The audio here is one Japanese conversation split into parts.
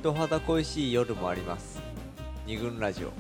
人肌恋しい夜もあります。二軍ラジオ。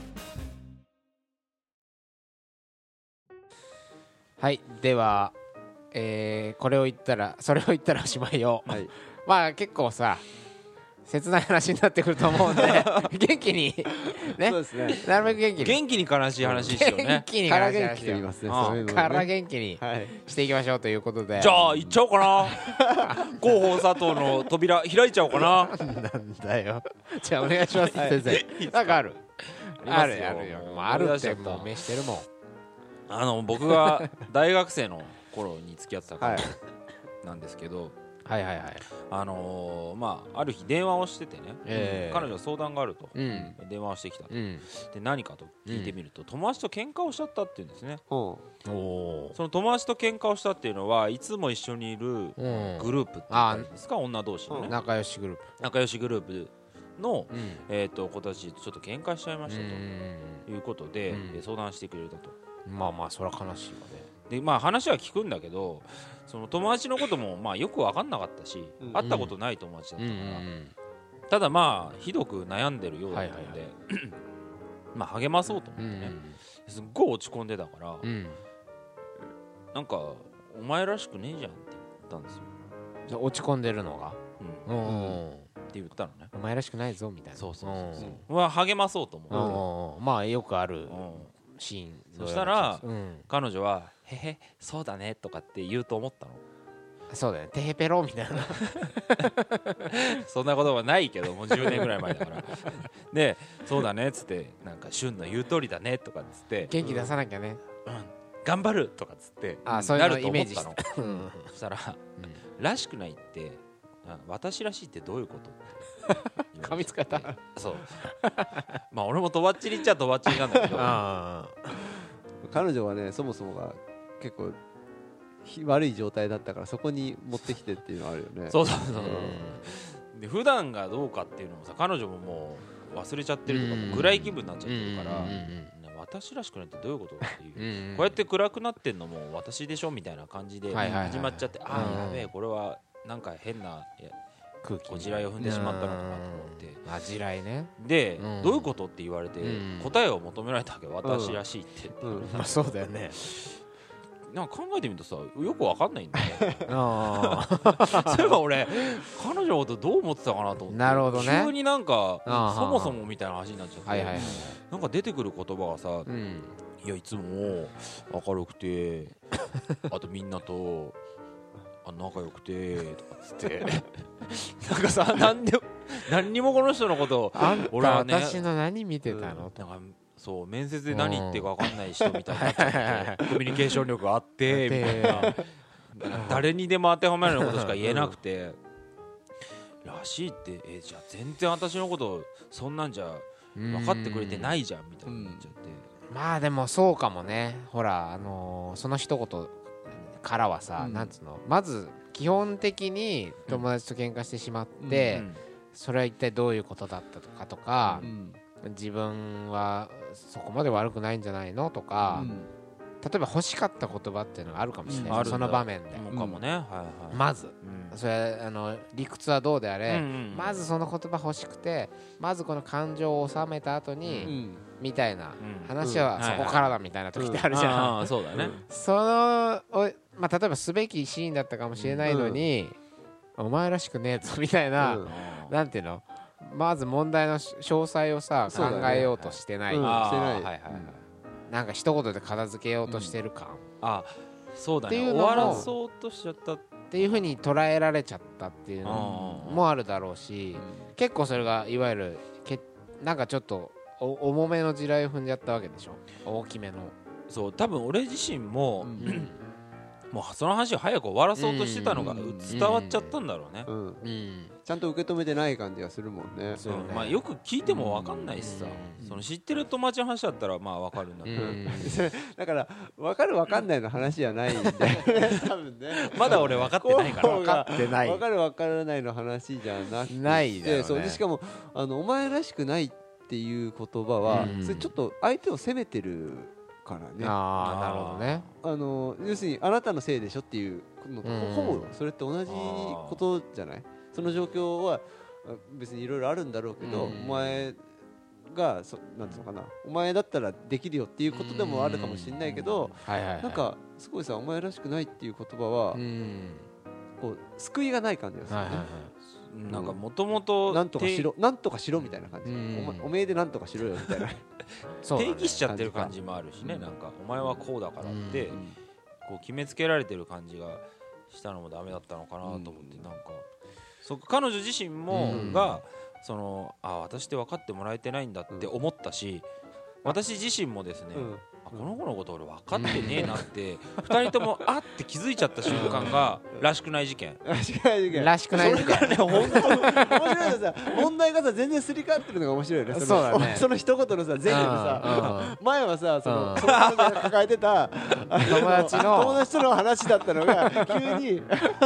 はい、では、これを言ったらそれを言ったらおしまいよ、 はい、 まあ結構さ切ない話になってくると思うんで元気にね、 そうですね、 なるべく元気に元気に悲しい話ですよ元ね。 気にから話し元気と言いますね。 ああそういうのねから元気にはい、 していきましょうということで、 じゃあ行っちゃおうかな広報佐藤の扉開いちゃおうかな。 なんだよじゃあお願いします、 はい先生なんかあるあるよもうまあ、あるって思い出しちゃったもう飯してるもん。 僕が大学生の頃に付き合ってたはい彼なんですけど、 はいはいはい、 まあある日電話をしててね、彼女は相談があると、 うん電話をしてきたと、 うんで何かと聞いてみると、友達と喧嘩をしちゃったっていうんですね。 ほおおその友達と喧嘩をしたっていうのはいつも一緒にいるうんグループって言ったらいいんですか、女同士のね、 仲良しグループ仲良しグループの、 うん子たちとちょっと喧嘩しちゃいましたということで、 うん相談してくれたと。 まあまあそれは悲しいわね。 でまあ話は聞くんだけど、その友達のこともまあよく分かんなかったし、 うん会ったことない友達だったから、 んただまあひどく悩んでるようだったので、 はいまあ励まそうと思ってね、すっごい落ち込んでたから、 うんなんかお前らしくねえじゃんって言ったんですよ、 じゃあ落ち込んでるのがって言ったのね。 お前らしくないぞみたいな。 そうそうそうそう、励まそうと思って、 まあよくあるうんシーン。 そしたらうん彼女は「へへそうだね」とかって言うと思ったの。 そうだよね、テヘペロみたいな。 そんなことはないけどもう10年ぐらい前だからでそうだねっつってなんか旬の言う通りだねとかっつって元気出さなきゃね。 頑張るとかっつってそういうのなるとイメージ思ったしたの。そしたららしくないって私らしいってどういうこと噛みつかった。 そうまあ俺もとばっちりっちゃとばっちりなんだけどう。彼女はね、そもそもが結構悪い状態だったから、そこに持ってきてっていうのはあるよね。 そうそうそうで普段がどうかっていうのもさ、彼女ももう忘れちゃってるとかもう暗い気分になっちゃってるから、ね私らしくないってどういうことっていう、こうやって暗くなってんのも私でしょみたいな感じで始まっちゃって、ああやべえこれはなんか変な空気こじらいを踏んでしまったのかなと思ってあじらいね。 で、どういうことって言われて、答えを求められたわけ、私らしいって、 まあそうだよね。 なんか考えてみるとさ、よくわかんないんだよねあそういえば俺彼女のことどう思ってたかなと思って、 なるほどね急になんかあーそもそもみたいな話になっちゃって、 はいはいはい。 なんか出てくる言葉がさ、いやいつも明るくてあとみんなと仲良くてとかっつってなんかさ何にもこの人のことをあんた俺はね私の何見てたのなんかそう面接で何言ってるか分かんない人みたいになっちゃってコミュニケーション力があってみたいな、なんか誰にでも当てはめるようなことしか言えなくてらしいってじゃあ全然私のことそんなんじゃ分かってくれてないじゃんみたいになっちゃって、 まあでもそうかもね。ほらその一言からはさ、なんつうの、まず基本的に友達と喧嘩してしまって、それは一体どういうことだったかとか、自分はそこまで悪くないんじゃないのとか、例えば欲しかった言葉っていうのがあるかもしれない、その場面でかもね、はいはい、 まず、それ理屈はどうであれ、まずその言葉欲しくて、まずこの感情を収めた後に、みたいな話はそこからだみたいな時ってあるじゃん。 そうだね。 まあ例えばすべきシーンだったかもしれないのに、お前らしくねえぞみたいな、なんていうの、まず問題の詳細をさ考えようとしてない、なんか一言で片付けようとしてる感、 そうだね、終わらそうとしちゃったっていう風に捉えられちゃったっていうのもあるだろうし、結構それがいわゆるなんかちょっと重めの地雷を踏んじゃったわけでしょ、大きめの。 そう多分俺自身も、もうその話を早く終わらそうとしてたのが伝わっちゃったんだろうね。 ちゃんと受け止めてない感じがするもんね。 まあよく聞いても分かんないしさ、その知ってる友達の話だったらまあ分かるんだけど、 だから分かる分かんないの話じゃないんだよね多分ね。 まだ俺分かってないから。 分かってない。 分かる分からないの話じゃなくて、 ないだよね。 そうでしかもお前らしくないっていう言葉は、それちょっと相手を責めてるからね。 なるほどね。 要するにあなたのせいでしょっていうのとほぼそれって同じことじゃない。その状況は別にいろいろあるんだろうけど、 うんお前がなんていうのかな、お前だったらできるよっていうことでもあるかもしれないけど、 はいはいはい、 なんかすごいさ、お前らしくないっていう言葉はこう救いがない感じがするね、 はいはいはいなんかもともとなんとかしろなんとかしろみたいな感じ、 うんおめえでなんとかしろよみたいなそうだね定義しちゃってる感じもあるしね、なんかお前はこうだからってうんこう決めつけられてる感じがしたのもダメだったのかなと思って、なんか彼女自身もがその私って分かってもらえてないんだって思ったし、私自身もですね、この子のこと俺分かってねえなって2人ともって気づいちゃった瞬間がらしくない事件。 らしくない事件。 それがね本当に面白いのさ、問題がさ全然すり替わってるのが面白いよね。 そうだね。 その一言のさ前後でさ、前はさその彼女が抱えてた友達との話だったのが急に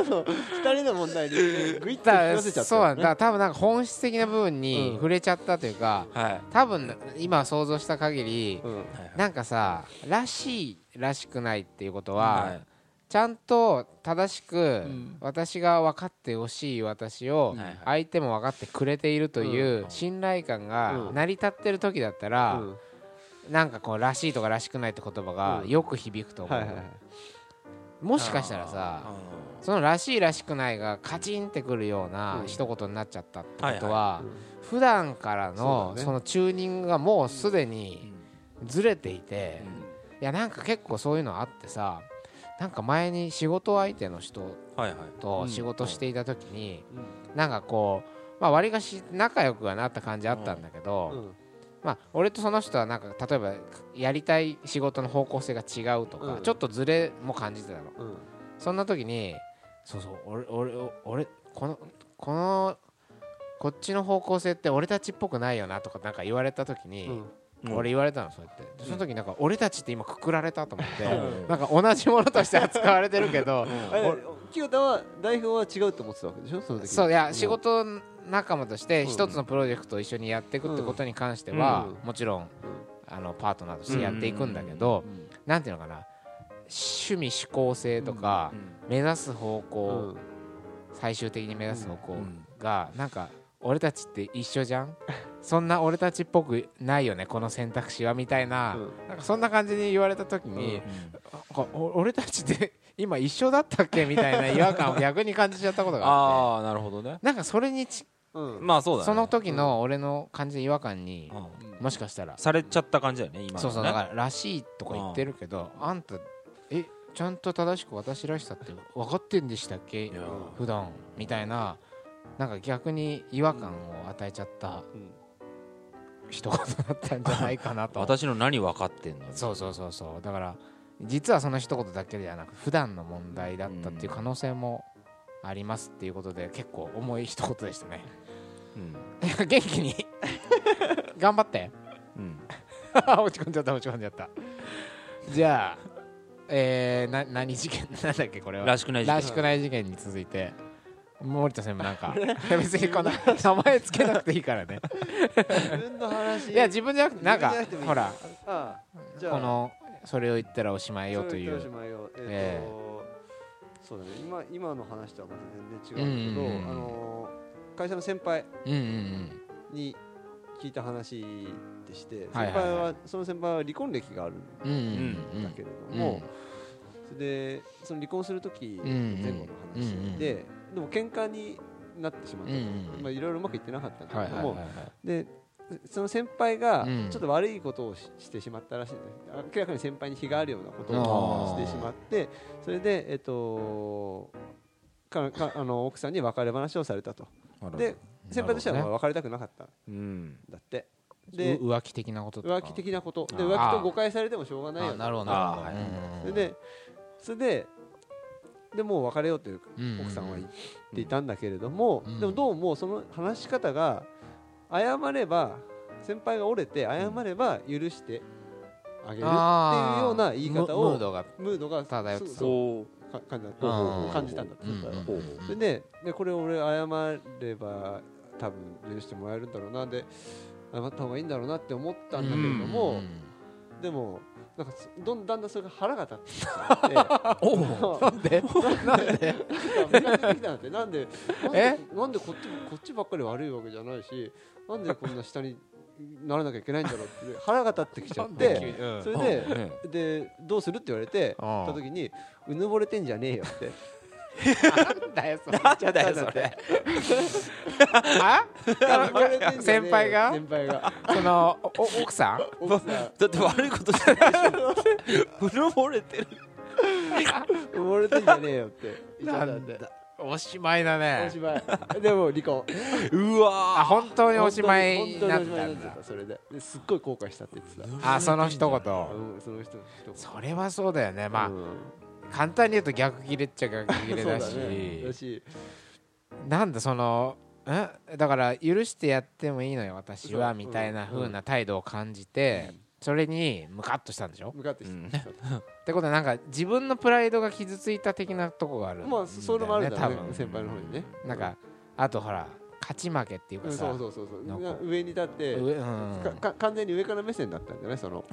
2人の問題にグイッと引き寄せちゃった。 そうなんだ。多分なんか本質的な部分に触れちゃったというか、多分今想像した限りなんかさ、らしいらしくないっていうことは、ちゃんと正しく私が分かってほしい私を相手も分かってくれているという信頼感が成り立ってる時だったら、なんかこうらしいとからしくないって言葉がよく響くと思う。もしかしたらさ、そのらしいらしくないがカチンってくるような一言になっちゃったってことは、普段からのそのチューニングがもうすでにずれていて、いやなんか結構そういうのあってさ、なんか前に仕事相手の人と仕事していた時になんかこうわりかし仲良くはなった感じあったんだけど、俺とその人はなんか例えばやりたい仕事の方向性が違うとかちょっとズレも感じてたの。そんな時にそう俺こっちの方向性って俺たちっぽくないよなとかなんか言われた時に、俺言われたのそうやって。その時なんか俺たちって今くくられたと思ってなんか同じものとして扱われてるけど清田は代表は違うと思ってたわけでしょ、その時。 そういや仕事仲間として一つのプロジェクトを一緒にやっていくってことに関してはもちろんパートナーとしてやっていくんだけど、なんていうのかな、趣味思考性とか目指す方向、最終的に目指す方向がなんか俺たちって一緒じゃんそんな俺たちっぽくないよねこの選択肢はみたいな、なんかそんな感じに言われた時に、俺たちって今一緒だったっけみたいな違和感を逆に感じちゃったことがあってなるほどね。 なんかそれにまあそうだね、 その時の俺の感じの違和感にもしかしたらされちゃった感じだよね今のね。 そうだかららしいとか言ってるけど、あんたちゃんと正しく私らしさって分かってんでしたっけ普段みたいな、なんか逆に違和感を与えちゃった一言だったんじゃないかなと私の何分かってんの。 そうだから実はその一言だけではなく普段の問題だったっていう可能性もありますっていうことで、結構重い一言でしたね。元気に頑張って落ち込んじゃったじゃあ何事件なんだっけこれは。 らしくない事件に続いて森田さんもなんか別にこの名前つけなくていいからね自分の話。 いや自分じゃなくてなんかほらこのそれを言ったらおしまいよという。 そうだね、今の話とはまた全然違うんだけど、会社の先輩に聞いた話でして、その先輩は離婚歴があるんだけれども、でその離婚する時前後の話で、でも喧嘩になってしまったと、いろいろうまくいってなかったんだけども、でその先輩がちょっと悪いことをしてしまったらしいんです。明らかに先輩に非があるようなことをしてしまって、それで奥さんに別れ話をされたと。で先輩としては別れたくなかったんだって。で浮気的なことで浮気と誤解されてもしょうがないよ。 なるほど。 それでもう別れようという奥さんは言っていたんだけれども、でもどうもその話し方が謝れば先輩が折れて謝れば許してあげるっていうような言い方をムードが漂って感じたんだって。それでこれ俺謝れば多分許してもらえるんだろうな、で謝った方がいいんだろうなって思ったんだけれども、 でもなんかだんだんそれが腹が立ってきちゃってなんでなんでこっちばっかり悪いわけじゃないし、なんでこんな下にならなきゃいけないんだろうって腹が立ってきちゃってそれでどうするって言われてた時にうぬぼれてんじゃねえよってなんだよそれ先輩がその奥さんだって悪いことしてないでしょうぬぼれてるうぬぼれてんじゃねえよって言っちゃったんでおしまいだね。 おしまいでも離婚うわ本当におしまいになったんだ。 それですっごい後悔したって言ってた。 その一言、 その人それはそうだよね。まあ、簡単に言うと逆切れっちゃ逆切れだしなんだそのだから許してやってもいいのよ私はみたいな風な態度を感じて、それにムカッとしたんでしょ。 ムカッとしたってことはなんか自分のプライドが傷ついた的なとこがあるんだよね。 まあそういうのもあるんだよね先輩の方にね。 なんかあとほら勝ち負けっていうかさ、 そう上に立って完全に上から目線だったんじゃないその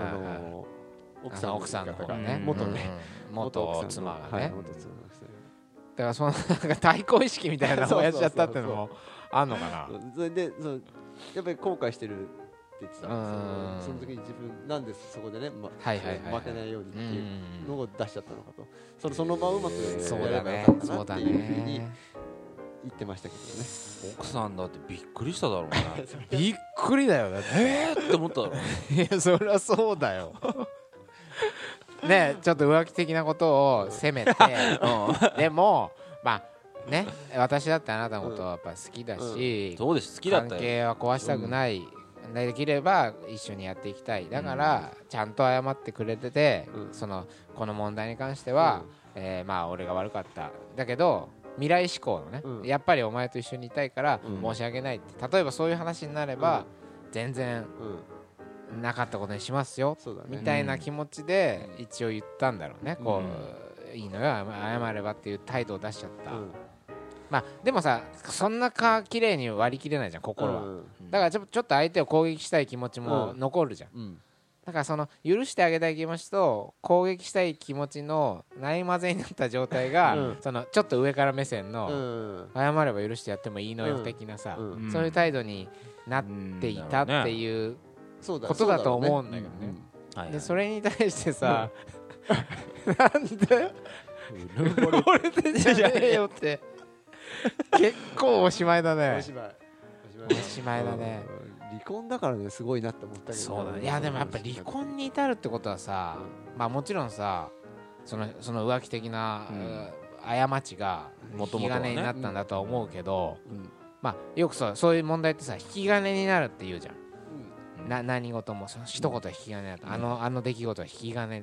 奥さんの方がね元妻がね。だからそのなんか対抗意識みたいなのをやっちゃったっていうのもあんのかな。 それでやっぱり後悔してるって言ってたんですよ。その時に自分なんでそこでね負けないようにっていうのを出しちゃったのかと、その場をうまくやればよかったなっていうふうに言ってましたけどね。 奥さんだってびっくりしただろうねびっくりだよだってって思っただろいやそりゃそうだよね、ちょっと浮気的なことを責めてでもまあね私だってあなたのことはやっぱ好きだし、 そうです好きだったよ。 関係は壊したくない、できれば一緒にやっていきたい。だからちゃんと謝ってくれてて、この問題に関してはまあ俺が悪かっただけど未来志向のね、やっぱりお前と一緒にいたいから申し訳ないって例えばそういう話になれば全然なかったことにしますよみたいな気持ちで一応言ったんだろうね。こういいのよ謝ればっていう態度を出しちゃった。まあでもさそんな綺麗に割り切れないじゃん心は。だからちょっと相手を攻撃したい気持ちも残るじゃん。だからその許してあげたい気持ちと攻撃したい気持ちのないまぜになった状態がそのちょっと上から目線の謝れば許してやってもいいのよ的なさ、そういう態度になっていたっていうことだと思うんだけどね。でそれに対してさなんでうぬぼれてんじゃねえよって結構おしまいだね。おしまいだね。 離婚だからねすごいなって思ったけど。 そうだね。いやでもやっぱ離婚に至るってことはさ、まあもちろんさその浮気的な過ちが引き金になったんだとは思うけど、まあよくそういう問題ってさ引き金になるって言うじゃん。何事もその一言は引き金になる。あの出来事は引き金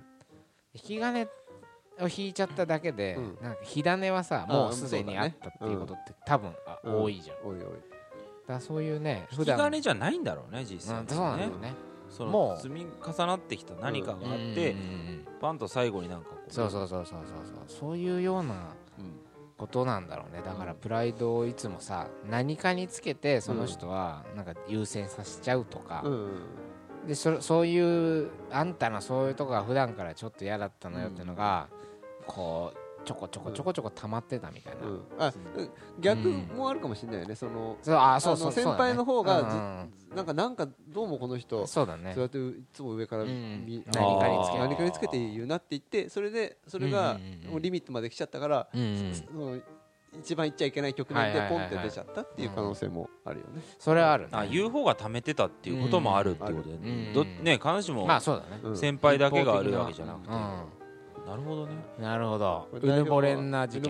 を引いちゃっただけで、なんか火種はさもうすでにあったっていうことって多分多いじゃん。だそういうね引き金じゃないんだろうね実際ね。 そうなんだよね。 その積み重なってきた何かがあってパンと最後になんかこうそういうようなことなんだろうね。だからプライドをいつもさ何かにつけてその人はなんか優先させちゃうとか、でそういうあんたのそういうとこが普段からちょっと嫌だったのよっていうのがこうちょこちょこ溜まってたみたいな。 逆もあるかもしれないよね。その先輩の方がなんかどうもこの人そうやっていつも上から何かにつけて言うなって言って、それがリミットまで来ちゃったから一番言っちゃいけない局面でポンって出ちゃったっていう可能性もあるよね。 それはある。 言う方が溜めてたっていうこともあるってことでね。必ずしも先輩だけが悪いわけじゃなくて。なるほどね。 なるほど。うぬぼれんな事件。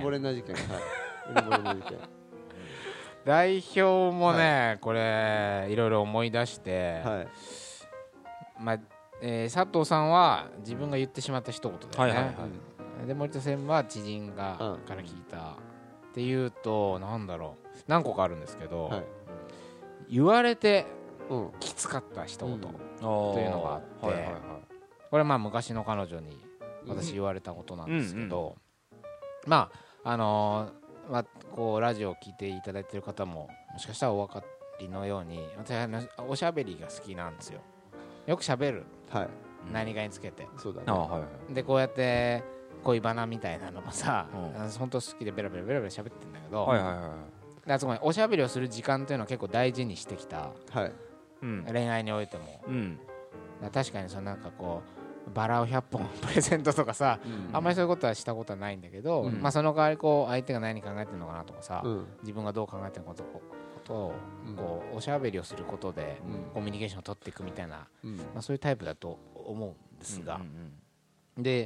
代表もね、これいろいろ思い出して、まあ佐藤さんは自分が言ってしまった一言だよね。で森田さんは知人から聞いたっていうとなんだろう何個かあるんですけど、言われてきつかった一言というのがあって、これまあ昔の彼女に私言われたことなんですけど、まあこうラジオを聞いていただいている方ももしかしたらお分かりのように私はおしゃべりが好きなんですよ。よくしゃべる何かにつけて、 そうだね。 でこうやって恋バナみたいなのもさ、本当好きでベラベラベラベラ喋ってんだけど、でそこにおしゃべりをする時間っていうのを結構大事にしてきた、恋愛においても、確かにそのなんかこうバラを100本プレゼントとかさ、あんまりそういうことはしたことはないんだけど、その代わりこう相手が何考えてるのかなとかさ、自分がどう考えてるのかとをこうおしゃべりをすることでコミュニケーションを取っていくみたいな、そういうタイプだと思うんですが、で、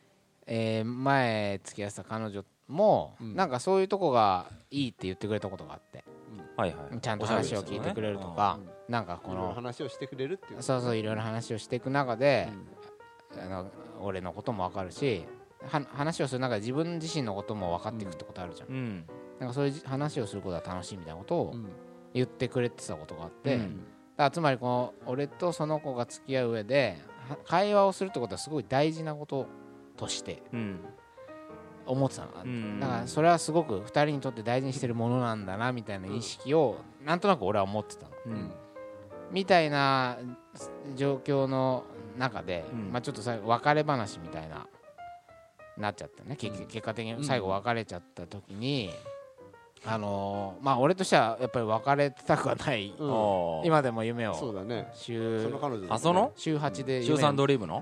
前付き合ってた彼女もなんかそういうとこがいいって言ってくれたことがあって、ちゃんと話を聞いてくれるとか、なんかこの話をしてくれるっていう、 そうそういろいろ話をしていく中で、俺のことも分かるし、話をする中で自分自身のことも分かっていくってことあるじゃん、なんかそういう話をすることは楽しいみたいなことを言ってくれてたことがあって、だからつまりこの俺とその子が付き合う上で会話をするってことはすごい大事なこととして思ってたの、だからそれはすごく2人にとって大事にしてるものなんだなみたいな意識をなんとなく俺は思ってたの、みたいな状況の中で、ちょっと最後別れ話みたいなっちゃったね、結果的に最後別れちゃった時に、俺としてはやっぱり別れたくはない、今でも夢をそうだね、 週8で週3ドリームの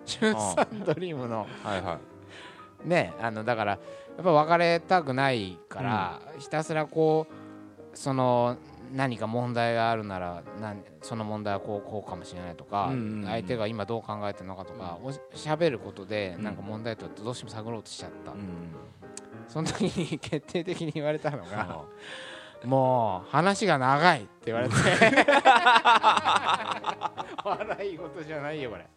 ね、だからやっぱ別れたくないから、ひたすらこうその何か問題があるならその問題はこうかもしれないとか、相手が今どう考えてるのかとか喋ることでなんか問題とどうしても探ろうとしちゃった、その時に決定的に言われたのがもう話が長いって言われて笑い事じゃないよこれ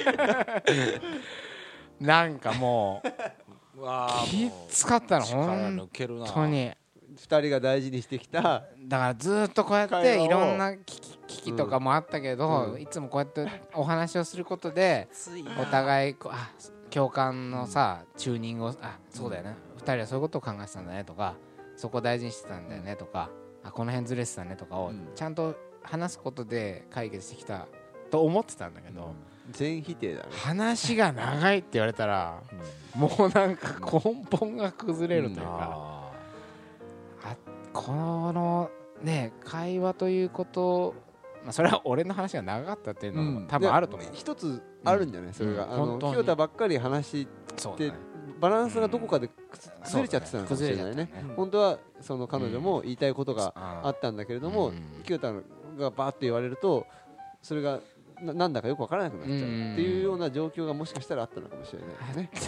なんかもうきつかったの本当に。 2人が大事にしてきた、 だからずっとこうやっていろんな危機とかもあったけど、いつもこうやってお話をすることでお互い共感のさチューニングをそうだよね、2人はそういうことを考えてたんだねとか、そこを大事にしてたんだよねとか、この辺ずれてたねとかをちゃんと話すことで解決してきたと思ってたんだけど、 全否定だね。 話が長いって言われたら、もうなんか根本が崩れるというか、このね会話ということ、それは俺の話が長かったっていうのも多分あると思う。 一つあるんじゃない、それが清田ばっかり話してバランスがどこかで崩れちゃってたのかもしれないね。本当はその彼女も言いたいことがあったんだけれども、清田がバーって言われるとそれがなんだかよく分からなくなっちゃうっていうような状況がもしかしたらあったのかもしれないね。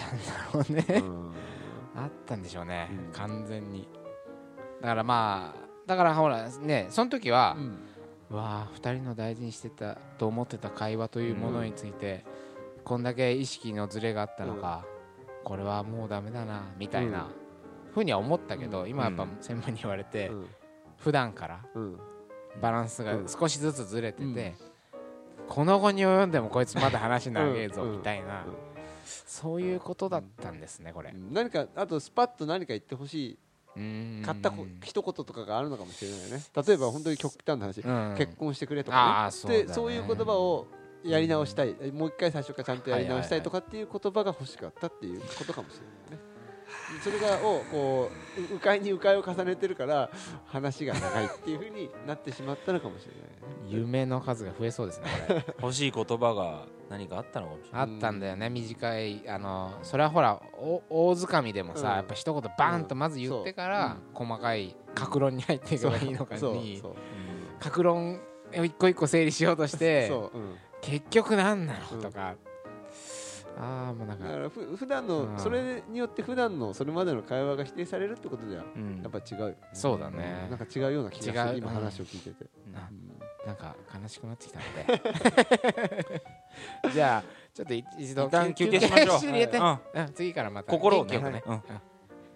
あったんでしょうね、完全に。だからほらね、その時は、2人の大事にしてたと思ってた会話というものについて、こんだけ意識のズレがあったのか、これはもうダメだなみたいなふうには思ったけど、今やっぱ専門に言われて、普段からバランスが少しずつずれてて、この後に及んでもこいつまだ話長えぞみたいな、そういうことだったんですねこれ。 何かあとスパッと何か言ってほしい買った一言とかがあるのかもしれないよね。例えば本当に極端な話、結婚してくれとかね、そういう言葉をやり直したい、もう一回最初からちゃんとやり直したいとかっていう言葉が欲しかったっていうことかもしれないね。それがこう迂回に迂回を重ねてるから話が長いっていう風になってしまったのかもしれないね。 夢の数が増えそうですねこれ欲しい言葉が何かあったのかもしれない。 あったんだよね、短いそれはほら大掴みでもさ、やっぱ一言バーンとまず言ってから、細かい格論に入っていけばいいのかに、格論一個一個整理しようとして結局何なのとか、もうなんかだから普段のそれによって普段のそれまでの会話が否定されるってことじゃやっぱ違うよね。 そうだね、 なんか違うような気がする今話を聞いてて、 なんか悲しくなってきたのでじゃあちょっと一度一旦休憩しましょう。 入れて、次からまた心をね、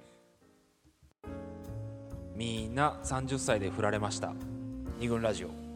みんな30歳で振られました。二軍ラジオ。